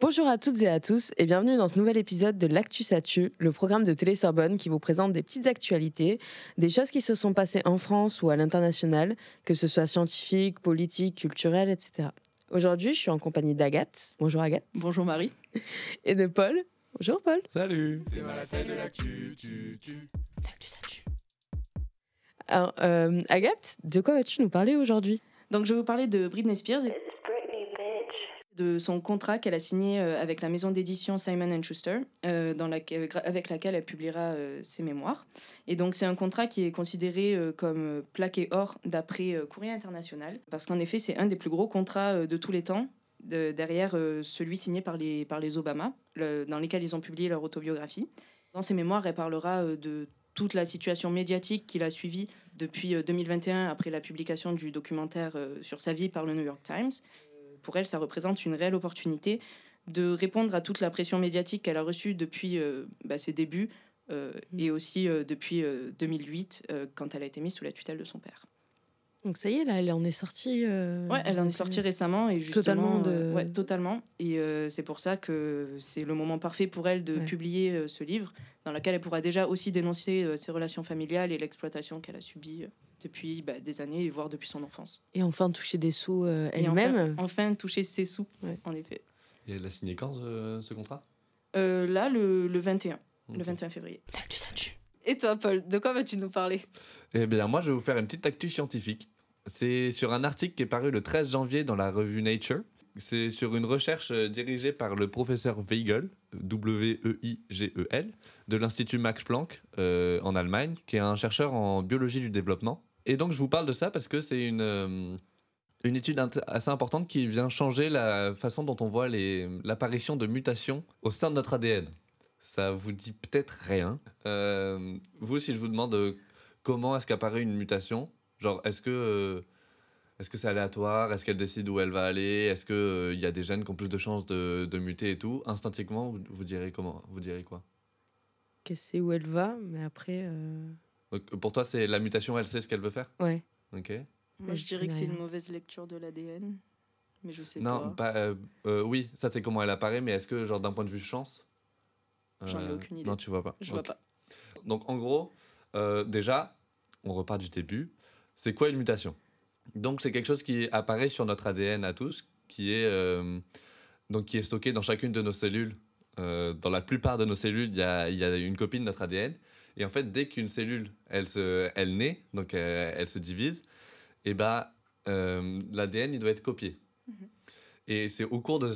Bonjour à toutes et à tous et bienvenue dans ce nouvel épisode de l'Actu Satu, le programme de Télé Sorbonne qui vous présente des petites actualités, des choses qui se sont passées en France ou à l'international, que ce soit scientifique, politique, culturel, etc. Aujourd'hui, je suis en compagnie d'Agathe. Bonjour Agathe. Bonjour Marie. Et de Paul. Bonjour Paul. Salut. C'est mal la taille de l'actu, L'Actu Satu. Alors, Agathe, de quoi vas-tu nous parler aujourd'hui ? Donc je vais vous parler de Britney Spears et de son contrat qu'elle a signé avec la maison d'édition Simon & Schuster, avec laquelle elle publiera ses mémoires. Et donc c'est un contrat qui est considéré comme plaqué or d'après Courrier International, parce qu'en effet c'est un des plus gros contrats de tous les temps, derrière celui signé par les Obama, dans lesquels ils ont publié leur autobiographie. Dans ses mémoires, elle parlera de toute la situation médiatique qu'il a suivie depuis 2021, après la publication du documentaire sur sa vie par le New York Times. Pour elle, ça représente une réelle opportunité de répondre à toute la pression médiatique qu'elle a reçue depuis ses débuts et aussi depuis 2008, quand elle a été mise sous la tutelle de son père. Donc ça y est, là, elle en est sortie. Ouais, elle en est sortie récemment et justement, totalement. Totalement. Et c'est pour ça que c'est le moment parfait pour elle de publier ce livre, dans lequel elle pourra déjà aussi dénoncer ses relations familiales et l'exploitation qu'elle a subie depuis des années, voire depuis son enfance. Et enfin toucher des sous Et elle-même. enfin toucher ses sous, en effet. Et elle a signé quand ce contrat ? Là, le 21. Okay. Le 21 février. L'actu Satu. Et toi, Paul, de quoi vas-tu nous parler ? Eh bien, moi, je vais vous faire une petite actu scientifique. C'est sur un article qui est paru le 13 janvier dans la revue Nature. C'est sur une recherche dirigée par le professeur Weigel, W-E-I-G-E-L, de l'Institut Max Planck en Allemagne, qui est un chercheur en biologie du développement. Et donc, je vous parle de ça parce que c'est une étude assez importante qui vient changer la façon dont on voit l'apparition de mutations au sein de notre ADN. Ça vous dit peut-être rien. Vous, si je vous demande comment est-ce qu'apparaît une mutation, genre est-ce que c'est aléatoire, est-ce qu'elle décide où elle va aller, est-ce qu'il y a des gènes qui ont plus de chances de muter et tout, instinctivement, vous direz comment ? Vous direz quoi ? Qu'elle sait où elle va, mais après... Donc, pour toi, c'est la mutation, elle sait ce qu'elle veut faire ? Ouais. Ok. Moi, je dirais que c'est une mauvaise lecture de l'ADN, mais je sais non, pas. Oui, ça c'est comment elle apparaît, mais est-ce que, genre, d'un point de vue chance ? J'en ai aucune idée. Non, tu vois pas. Je vois pas. Donc, en gros, déjà, on repart du début. C'est quoi une mutation ? Donc, c'est quelque chose qui apparaît sur notre ADN à tous, qui est stocké dans chacune de nos cellules. Dans la plupart de nos cellules, il y a une copie de notre ADN. Et en fait, dès qu'une cellule, elle naît, donc elle se divise, et l'ADN, il doit être copié. Mm-hmm. Et c'est au cours de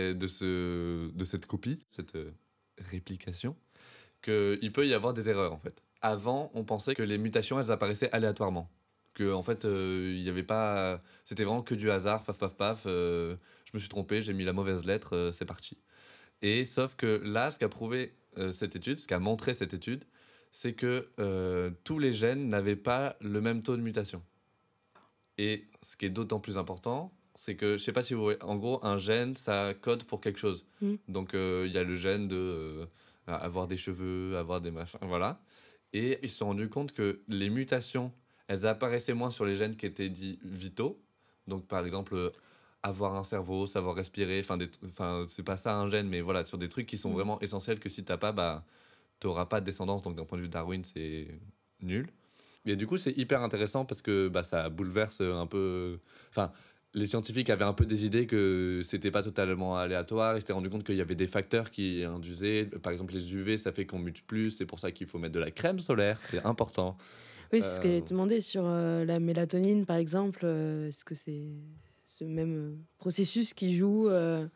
cette copie, cette réplication, qu'il peut y avoir des erreurs, en fait. Avant, on pensait que les mutations, elles apparaissaient aléatoirement. Que, en fait, y avait pas... C'était vraiment que du hasard, paf, paf, paf. Je me suis trompé, j'ai mis la mauvaise lettre, c'est parti. Et sauf que là, ce qu'a prouvé cette étude, ce qu'a montré cette étude, c'est que tous les gènes n'avaient pas le même taux de mutation. Et ce qui est d'autant plus important, c'est que, je sais pas si vous voyez, en gros, un gène, ça code pour quelque chose. Donc, il y a le gène de avoir des cheveux, avoir des machins, voilà. Et ils se sont rendus compte que les mutations, elles apparaissaient moins sur les gènes qui étaient dits vitaux. Donc, par exemple, avoir un cerveau, savoir respirer, c'est pas ça un gène, mais voilà, sur des trucs qui sont vraiment essentiels que si t'as pas, t'auras pas de descendance. Donc, d'un point de vue Darwin, c'est nul. Et du coup, c'est hyper intéressant parce que ça bouleverse un peu... Enfin, les scientifiques avaient un peu des idées que c'était pas totalement aléatoire. Ils s'étaient rendu compte qu'il y avait des facteurs qui induisaient. Par exemple, les UV, ça fait qu'on mute plus. C'est pour ça qu'il faut mettre de la crème solaire. C'est important. Oui, c'est ce que j'ai demandé sur la mélatonine, par exemple. Est-ce que c'est ce même processus qui joue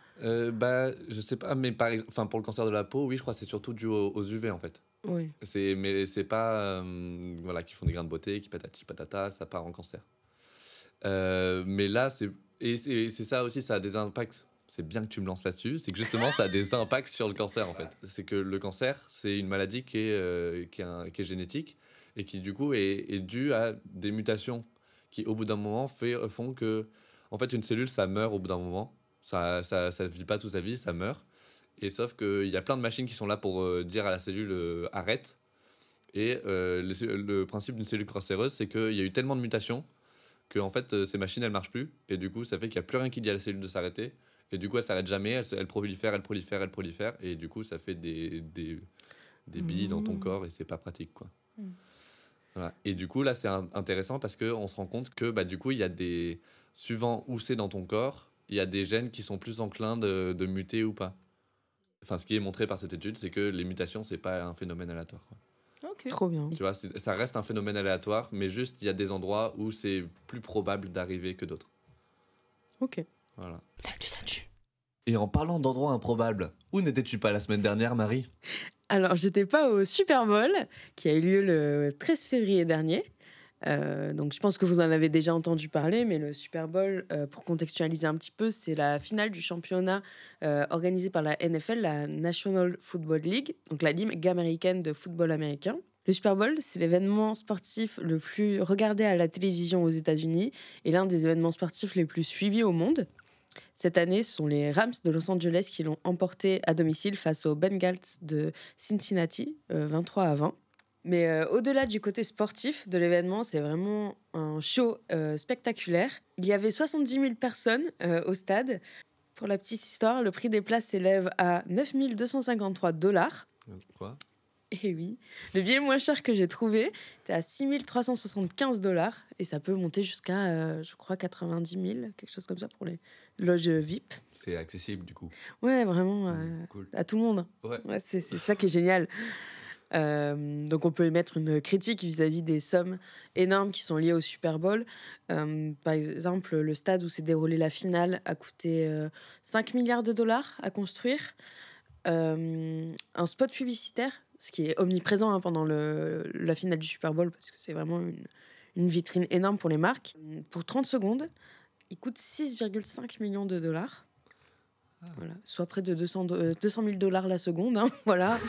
Je sais pas, mais pour le cancer de la peau, oui, je crois que c'est surtout dû aux UV, en fait. Oui. Mais c'est pas qui font des grains de beauté, qui patati patata, ça part en cancer. Mais là, c'est ça aussi, ça a des impacts. C'est bien que tu me lances là-dessus. C'est que justement, ça a des impacts sur le cancer, en fait. C'est que le cancer, c'est une maladie qui est génétique et qui, du coup, est due à des mutations qui, au bout d'un moment, font que, en fait, une cellule, ça meurt au bout d'un moment. Ça vit pas toute sa vie, ça meurt. Et sauf qu'il y a plein de machines qui sont là pour dire à la cellule arrête. Et le principe d'une cellule cancéreuse, c'est qu'il y a eu tellement de mutations que en fait, ces machines, elles marchent plus. Et du coup, ça fait qu'il n'y a plus rien qui dit à la cellule de s'arrêter. Et du coup, elle s'arrête jamais, elle prolifère, et du coup, ça fait des billes dans ton corps et c'est pas pratique, quoi. Voilà. Et du coup, là, c'est intéressant parce qu'on se rend compte que, du coup, il y a suivant où c'est dans ton corps, il y a des gènes qui sont plus enclins de muter ou pas. Enfin, ce qui est montré par cette étude, c'est que les mutations, c'est pas un phénomène aléatoire, quoi. Okay. Trop bien. Tu vois, ça reste un phénomène aléatoire, mais juste, il y a des endroits où c'est plus probable d'arriver que d'autres. Ok. Voilà. L'actu-satu. Et en parlant d'endroits improbables, où n'étais-tu pas la semaine dernière, Marie ? Alors, j'étais pas au Super Bowl, qui a eu lieu le 13 février dernier. Donc, je pense que vous en avez déjà entendu parler, mais le Super Bowl, pour contextualiser un petit peu, c'est la finale du championnat organisé par la NFL, la National Football League, donc la ligue américaine de football américain. Le Super Bowl, c'est l'événement sportif le plus regardé à la télévision aux États-Unis et l'un des événements sportifs les plus suivis au monde. Cette année, ce sont les Rams de Los Angeles qui l'ont emporté à domicile face aux Bengals de Cincinnati, 23-20. Mais au-delà du côté sportif de l'événement, c'est vraiment un show spectaculaire. Il y avait 70 000 personnes au stade. Pour la petite histoire, le prix des places s'élève à $9 253. Quoi ? Et oui, le billet moins cher que j'ai trouvé était à $6 375 et ça peut monter jusqu'à, je crois, 90 000, quelque chose comme ça pour les loges VIP. C'est accessible du coup. Ouais, vraiment, Cool. à tout le monde. Ouais. Ouais, c'est ça qui est génial. Donc on peut émettre une critique vis-à-vis des sommes énormes qui sont liées au Super Bowl. Par exemple, le stade où s'est déroulée la finale a coûté 5 milliards de dollars à construire. Un spot publicitaire, ce qui est omniprésent pendant la finale du Super Bowl, parce que c'est vraiment une vitrine énorme pour les marques. Pour 30 secondes, il coûte 6,5 millions de dollars. Voilà, soit près de 200 000 dollars la seconde. Hein, voilà.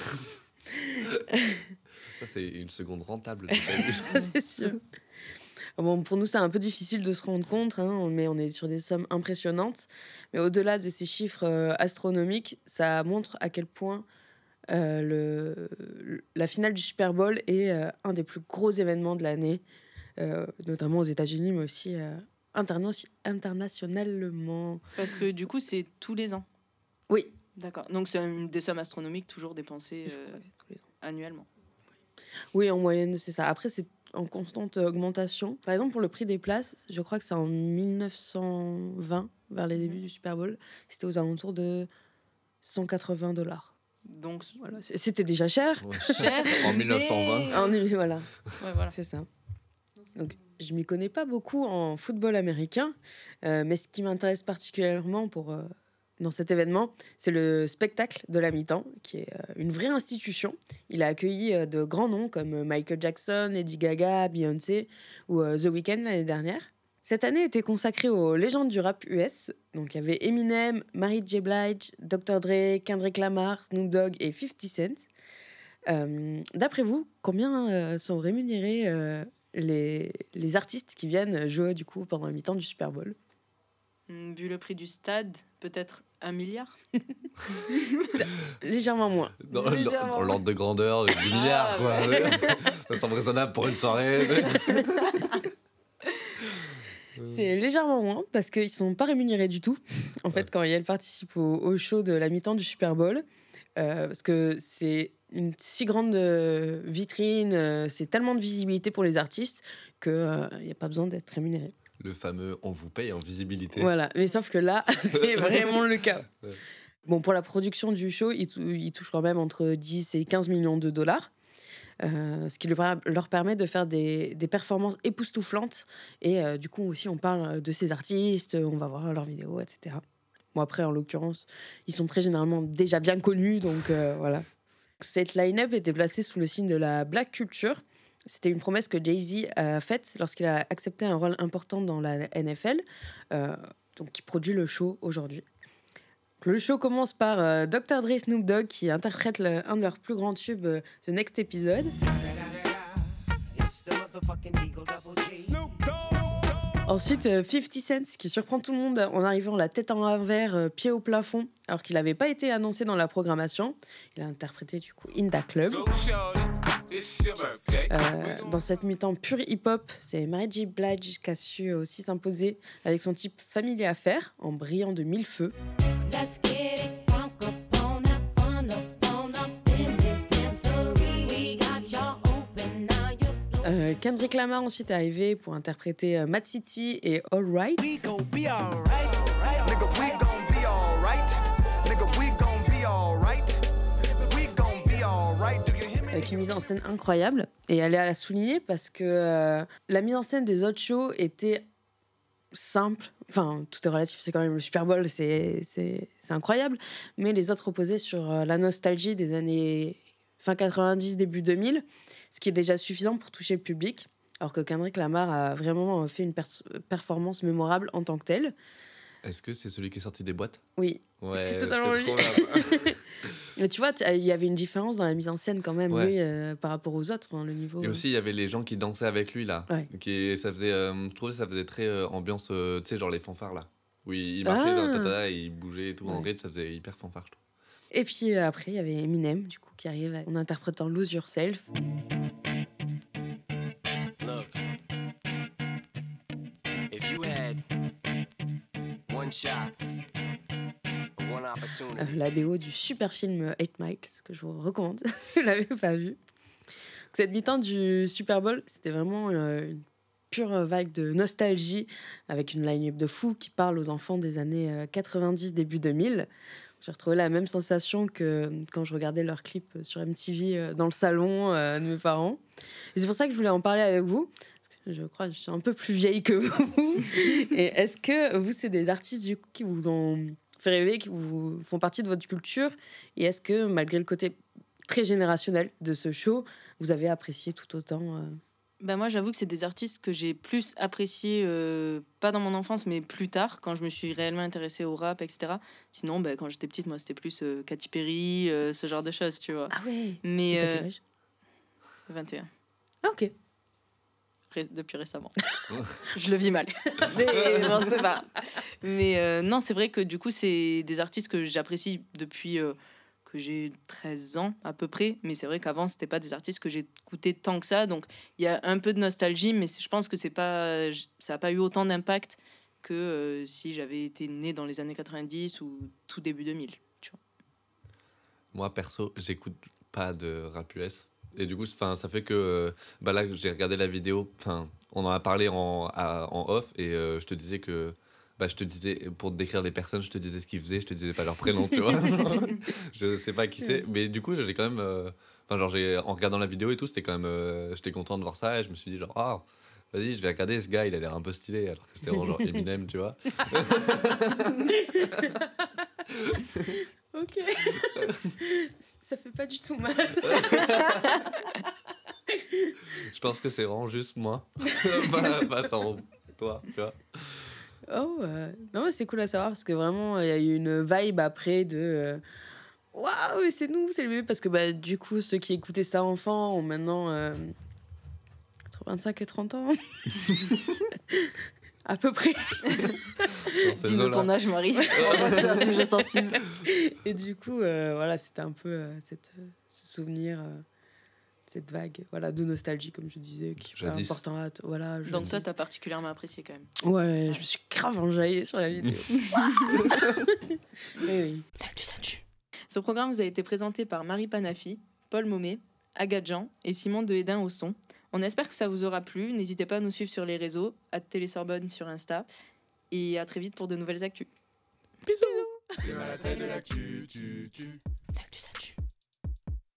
Ça, c'est une seconde rentable. Ça, c'est sûr. Bon, pour nous, c'est un peu difficile de se rendre compte, hein, mais on est sur des sommes impressionnantes. Mais au-delà de ces chiffres astronomiques, ça montre à quel point la finale du Super Bowl est un des plus gros événements de l'année, notamment aux États-Unis, mais aussi internationalement. Parce que du coup, c'est tous les ans. Oui. D'accord. Donc, c'est des sommes astronomiques toujours dépensées tous les ans. Annuellement. Oui, en moyenne, c'est ça. Après, c'est en constante augmentation. Par exemple, pour le prix des places, je crois que c'est en 1920, vers les débuts du Super Bowl, c'était aux alentours de $180. Donc, voilà. C'était déjà cher. Ouais. Cher. En 1920. Voilà. Ouais, voilà. C'est ça. Donc, je m'y connais pas beaucoup en football américain, mais ce qui m'intéresse particulièrement dans cet événement, c'est le spectacle de la mi-temps, qui est une vraie institution. Il a accueilli de grands noms comme Michael Jackson, Lady Gaga, Beyoncé ou The Weeknd l'année dernière. Cette année était consacrée aux légendes du rap US. Donc, il y avait Eminem, Mary J. Blige, Dr. Dre, Kendrick Lamar, Snoop Dogg et 50 Cent. D'après vous, combien sont rémunérés les artistes qui viennent jouer du coup pendant la mi-temps du Super Bowl? Vu le prix du stade, peut-être 1 milliard. Légèrement moins. Dans l'ordre de grandeur du milliard, quoi. Ouais. Ça semble raisonnable pour une soirée. C'est légèrement moins parce qu'ils ne sont pas rémunérés du tout. En fait, quand ils participent au show de la mi-temps du Super Bowl, parce que c'est une si grande vitrine, c'est tellement de visibilité pour les artistes qu'il n'y a pas besoin d'être rémunéré. Le fameux « on vous paye en visibilité ». Voilà, mais sauf que là, c'est vraiment le cas. Ouais. Bon, pour la production du show, ils touchent quand même entre 10 et 15 millions de dollars. Ce qui leur permet de faire des performances époustouflantes. Et du coup, aussi, on parle de ces artistes, on va voir leurs vidéos, etc. Bon, après, en l'occurrence, ils sont très généralement déjà bien connus, donc voilà. Cette line-up était placée sous le signe de la black culture. C'était une promesse que Jay-Z a faite lorsqu'il a accepté un rôle important dans la NFL, donc qui produit le show aujourd'hui. Le show commence par Dr. Dre et Snoop Dogg qui interprètent un de leurs plus grands tubes, The Next Episode. Ensuite, 50 Cent qui surprend tout le monde en arrivant la tête en l'envers, pied au plafond, alors qu'il n'avait pas été annoncé dans la programmation. Il a interprété du coup In Da Club. Dans cette mi-temps pure hip-hop, c'est Mary J. Blige qui a su aussi s'imposer avec son type familier à faire, en brillant de mille feux. Let's get it crunk up on that fun up in this dancery. We got y'all open, now you're Kendrick Lamar ensuite est arrivé pour interpréter Mad City et All Right. We gon' be alright, nigga, we gon' be alright, nigga, we gon' be alright, we gon' be alright. Avec une mise en scène incroyable, et elle est à la souligner parce que la mise en scène des autres shows était simple, enfin tout est relatif, c'est quand même le Super Bowl, c'est incroyable, mais les autres reposaient sur la nostalgie des années fin 90, début 2000, ce qui est déjà suffisant pour toucher le public, alors que Kendrick Lamar a vraiment fait une performance mémorable en tant que telle. Est-ce que c'est celui qui est sorti des boîtes ? Oui, ouais, c'est totalement lui. Mais tu vois, il y avait une différence dans la mise en scène quand même, lui, par rapport aux autres, le niveau. Et aussi, il y avait les gens qui dansaient avec lui là. Ouais. Ça faisait, je trouvais que ça faisait très ambiance, tu sais, genre les fanfares là. Où il marchait dans le tata et il bougeait et tout en rythme, ça faisait hyper fanfare, je trouve. Et puis après, il y avait Eminem, du coup, qui arrive en interprétant Lose Yourself. Look, if you had one shot, one opportunity. La BO du super film 8 Miles, que je vous recommande si vous ne l'avez pas vu. Cette mi-temps du Super Bowl, c'était vraiment une pure vague de nostalgie, avec une line-up de fou qui parle aux enfants des années 90, début 2000. J'ai retrouvé la même sensation que quand je regardais leurs clips sur MTV dans le salon de mes parents. Et c'est pour ça que je voulais en parler avec vous, parce que je crois que je suis un peu plus vieille que vous. Et est-ce que vous, c'est des artistes du coup, qui vous ont fait rêver, qui vous font partie de votre culture ? Et est-ce que, malgré le côté très générationnel de ce show, vous avez apprécié tout autant Bah moi, j'avoue que c'est des artistes que j'ai plus appréciés, pas dans mon enfance, mais plus tard, quand je me suis réellement intéressée au rap, etc. Sinon, quand j'étais petite, moi, c'était plus Katy Perry, ce genre de choses, tu vois. Ah ouais. Mais, t'as quel âge ? 21. Ah ok. Depuis récemment. Je le vis mal. Mais non, c'est pas. Mais non, c'est vrai que du coup, c'est des artistes que j'apprécie depuis... que j'ai 13 ans à peu près, mais c'est vrai qu'avant c'était pas des artistes que j'écoutais tant que ça, donc il y a un peu de nostalgie, mais je pense que ça a pas eu autant d'impact que si j'avais été née dans les années 90 ou tout début 2000, tu vois. Moi perso, j'écoute pas de rap US, et du coup ça fait que là j'ai regardé la vidéo, on en a parlé en off, et je te disais que je te disais, pour décrire les personnes, je te disais ce qu'ils faisaient, je te disais pas leur prénom, tu vois. Je sais pas qui c'est, mais du coup, j'ai quand même... en regardant la vidéo et tout, c'était quand même... j'étais content de voir ça, et je me suis dit genre, vas-y, je vais regarder ce gars, il a l'air un peu stylé, alors que c'était vraiment genre Eminem, tu vois. Ok. Ça fait pas du tout mal. Je pense que c'est vraiment juste moi. pas tant toi, tu vois. Oh, non, mais c'est cool à savoir parce que vraiment, il y a eu une vibe après de waouh, mais c'est nous, c'est le bébé. Parce que du coup, ceux qui écoutaient ça enfant ont maintenant 25 et 30 ans. À peu près. Dis-nous ton âge, Marie. C'est un sujet sensible. Et du coup, voilà, c'était un peu ce souvenir. Cette vague de nostalgie, comme je disais, qui est important. Donc toi, t'as particulièrement apprécié quand même. Ouais, je me suis grave enjaillée sur la vidéo. Oui. L'actu. Ce programme vous a été présenté par Marie Panafi, Paul Momé, Agathe Jean et Simon de Hédin au son. On espère que ça vous aura plu. N'hésitez pas à nous suivre sur les réseaux, @télésorbonne sur Insta. Et à très vite pour de nouvelles actus. Bisous. C'est à la tête de l'actu,